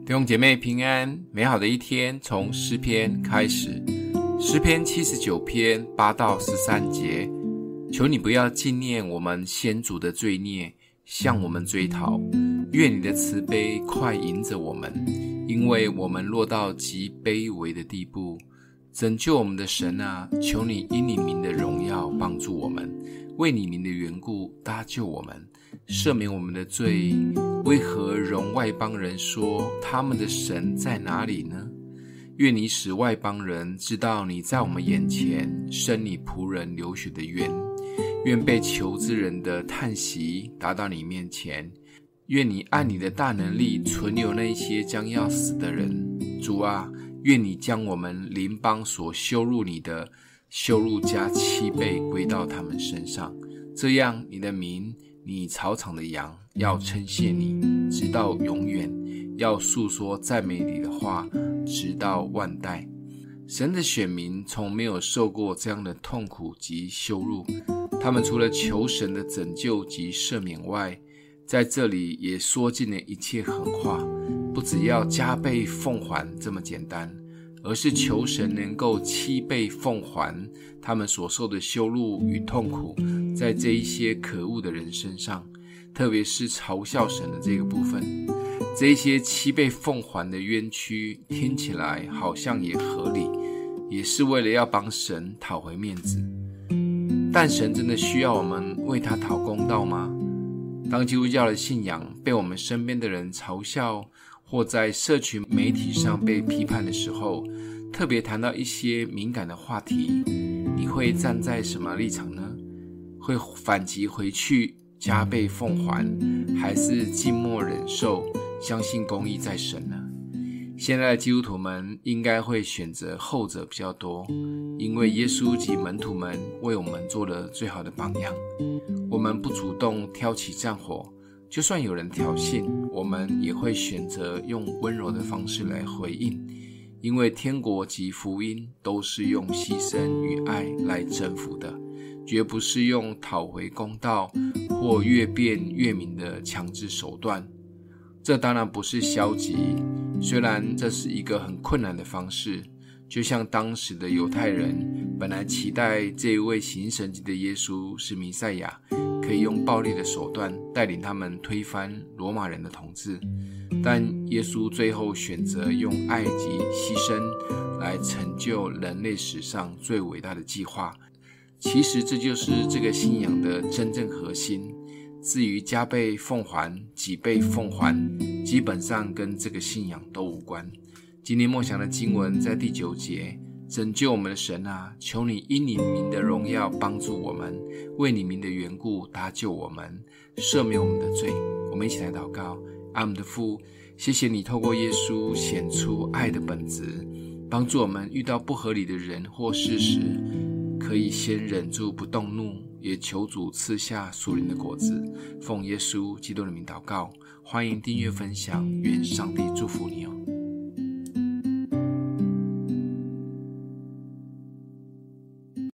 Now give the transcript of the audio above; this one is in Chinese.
弟兄姐妹平安，美好的一天从诗篇开始。诗篇79篇8到13节，求你不要纪念我们先祖的罪孽，向我们追讨。愿你的慈悲快迎着我们，因为我们落到极卑微的地步。拯救我们的神啊，求你因你名的荣耀帮助我们，为你名的缘故搭救我们，赦免我们的罪。为何容外邦人说他们的神在哪里呢？愿你使外邦人知道你在我们眼前，伸你仆人流血的冤。愿被求之人的叹息达到你面前。愿你按你的大能力存留那些将要死的人。主啊，愿你将我们邻邦所羞辱你的羞辱加7倍归到他们身上，这样你的名，你草场的羊要称谢你，直到永远，要述说赞美你的话，直到万代。神的选民从没有受过这样的痛苦及羞辱，他们除了求神的拯救及赦免外，在这里也说尽了一切狠话，不只要加倍奉还这么简单，而是求神能够7倍奉还他们所受的羞辱与痛苦，在这一些可恶的人身上，特别是嘲笑神的这个部分。这一些7倍奉还的冤屈听起来好像也合理，也是为了要帮神讨回面子。但神真的需要我们为他讨公道吗？当基督教的信仰被我们身边的人嘲笑，或在社群媒体上被批判的时候，特别谈到一些敏感的话题，你会站在什么立场呢？会反击回去加倍奉还，还是静默忍受，相信公义在神呢？现在的基督徒们应该会选择后者比较多，因为耶稣及门徒们为我们做了最好的榜样。我们不主动挑起战火，就算有人挑衅，我们也会选择用温柔的方式来回应，因为天国及福音都是用牺牲与爱来征服的，绝不是用讨回公道或越辩越明的强制手段。这当然不是消极，虽然这是一个很困难的方式，就像当时的犹太人本来期待这一位行神迹的耶稣是弥赛亚，可以用暴力的手段带领他们推翻罗马人的统治，但耶稣最后选择用爱及牺牲来成就人类史上最伟大的计划。其实这就是这个信仰的真正核心。至于加倍奉还、几倍奉还，基本上跟这个信仰都无关。今天默想的经文在第9节，拯救我们的神啊，求你因你名的荣耀帮助我们，为你名的缘故搭救我们，赦免我们的罪。我们一起来祷告。爱我们的父，谢谢你透过耶稣显出爱的本质，帮助我们遇到不合理的人或事时，可以先忍住不动怒，也求主赐下属灵的果子。奉耶稣基督的名祷告，欢迎订阅分享，愿上帝祝福你哦。